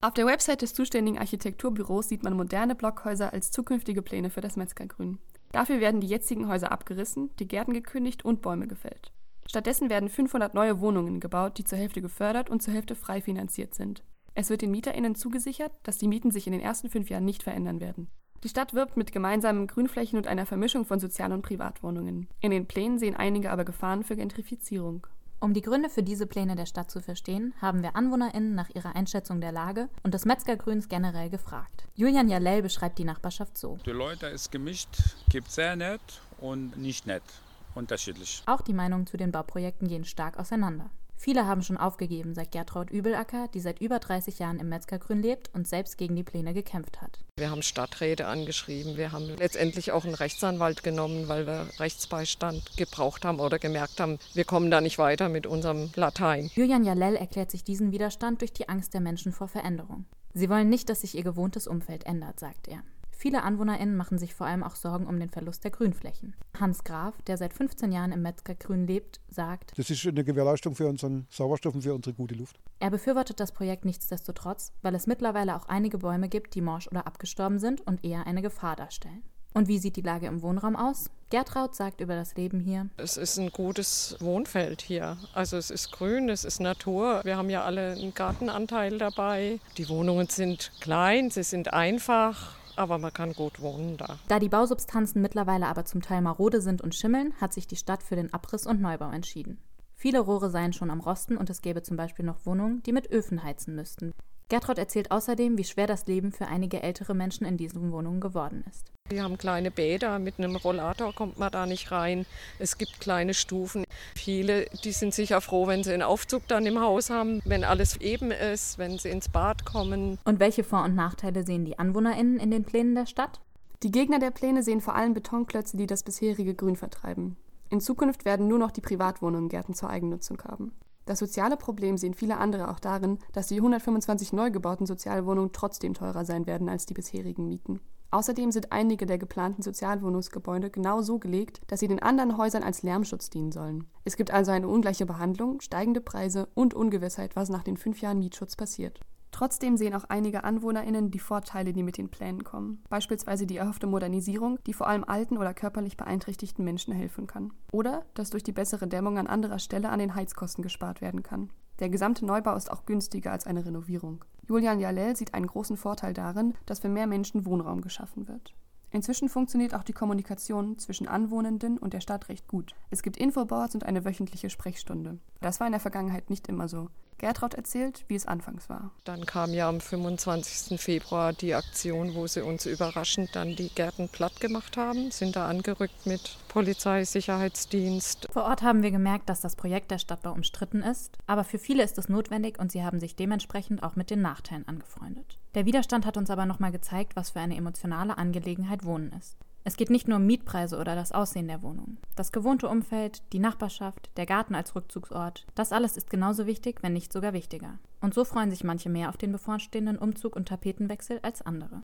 Auf der Website des zuständigen Architekturbüros sieht man moderne Blockhäuser als zukünftige Pläne für das Metzgergrün. Dafür werden die jetzigen Häuser abgerissen, die Gärten gekündigt und Bäume gefällt. Stattdessen werden 500 neue Wohnungen gebaut, die zur Hälfte gefördert und zur Hälfte frei finanziert sind. Es wird den MieterInnen zugesichert, dass die Mieten sich in den ersten 5 Jahren nicht verändern werden. Die Stadt wirbt mit gemeinsamen Grünflächen und einer Vermischung von Sozial- und Privatwohnungen. In den Plänen sehen einige aber Gefahren für Gentrifizierung. Um die Gründe für diese Pläne der Stadt zu verstehen, haben wir AnwohnerInnen nach ihrer Einschätzung der Lage und des Metzgergrüns generell gefragt. Julian Jalel beschreibt die Nachbarschaft so. Die Leute ist gemischt, gibt sehr nett und nicht nett, unterschiedlich. Auch die Meinungen zu den Bauprojekten gehen stark auseinander. Viele haben schon aufgegeben, sagt Gertraud Übelacker, die seit über 30 Jahren im Metzgergrün lebt und selbst gegen die Pläne gekämpft hat. Wir haben Stadträte angeschrieben, wir haben letztendlich auch einen Rechtsanwalt genommen, weil wir Rechtsbeistand gebraucht haben oder gemerkt haben, wir kommen da nicht weiter mit unserem Latein. Julian Jalel erklärt sich diesen Widerstand durch die Angst der Menschen vor Veränderung. Sie wollen nicht, dass sich ihr gewohntes Umfeld ändert, sagt er. Viele AnwohnerInnen machen sich vor allem auch Sorgen um den Verlust der Grünflächen. Hans Graf, der seit 15 Jahren im Metzgergrün lebt, sagt: Das ist eine Gewährleistung für unseren Sauerstoff und für unsere gute Luft. Er befürwortet das Projekt nichtsdestotrotz, weil es mittlerweile auch einige Bäume gibt, die morsch oder abgestorben sind und eher eine Gefahr darstellen. Und wie sieht die Lage im Wohnraum aus? Gertraud sagt über das Leben hier: Es ist ein gutes Wohnfeld hier. Also es ist grün, es ist Natur. Wir haben ja alle einen Gartenanteil dabei. Die Wohnungen sind klein, sie sind einfach. Aber man kann gut wohnen da. Da die Bausubstanzen mittlerweile aber zum Teil marode sind und schimmeln, hat sich die Stadt für den Abriss und Neubau entschieden. Viele Rohre seien schon am Rosten und es gäbe zum Beispiel noch Wohnungen, die mit Öfen heizen müssten. Gertraud erzählt außerdem, wie schwer das Leben für einige ältere Menschen in diesen Wohnungen geworden ist. Wir haben kleine Bäder, mit einem Rollator kommt man da nicht rein. Es gibt kleine Stufen. Viele, die sind sicher froh, wenn sie einen Aufzug dann im Haus haben, wenn alles eben ist, wenn sie ins Bad kommen. Und welche Vor- und Nachteile sehen die AnwohnerInnen in den Plänen der Stadt? Die Gegner der Pläne sehen vor allem Betonklötze, die das bisherige Grün vertreiben. In Zukunft werden nur noch die Privatwohnungen Gärten zur Eigennutzung haben. Das soziale Problem sehen viele andere auch darin, dass die 125 neu gebauten Sozialwohnungen trotzdem teurer sein werden als die bisherigen Mieten. Außerdem sind einige der geplanten Sozialwohnungsgebäude genau so gelegt, dass sie den anderen Häusern als Lärmschutz dienen sollen. Es gibt also eine ungleiche Behandlung, steigende Preise und Ungewissheit, was nach den 5 Jahren Mietschutz passiert. Trotzdem sehen auch einige AnwohnerInnen die Vorteile, die mit den Plänen kommen. Beispielsweise die erhoffte Modernisierung, die vor allem alten oder körperlich beeinträchtigten Menschen helfen kann. Oder dass durch die bessere Dämmung an anderer Stelle an den Heizkosten gespart werden kann. Der gesamte Neubau ist auch günstiger als eine Renovierung. Julian Jalel sieht einen großen Vorteil darin, dass für mehr Menschen Wohnraum geschaffen wird. Inzwischen funktioniert auch die Kommunikation zwischen Anwohnenden und der Stadt recht gut. Es gibt Infoboards und eine wöchentliche Sprechstunde. Das war in der Vergangenheit nicht immer so. Gertraud erzählt, wie es anfangs war. Dann kam ja am 25. Februar die Aktion, wo sie uns überraschend dann die Gärten platt gemacht haben, sind da angerückt mit Polizei, Sicherheitsdienst. Vor Ort haben wir gemerkt, dass das Projekt der Stadtbau umstritten ist, aber für viele ist es notwendig und sie haben sich dementsprechend auch mit den Nachteilen angefreundet. Der Widerstand hat uns aber nochmal gezeigt, was für eine emotionale Angelegenheit Wohnen ist. Es geht nicht nur um Mietpreise oder das Aussehen der Wohnung. Das gewohnte Umfeld, die Nachbarschaft, der Garten als Rückzugsort, das alles ist genauso wichtig, wenn nicht sogar wichtiger. Und so freuen sich manche mehr auf den bevorstehenden Umzug und Tapetenwechsel als andere.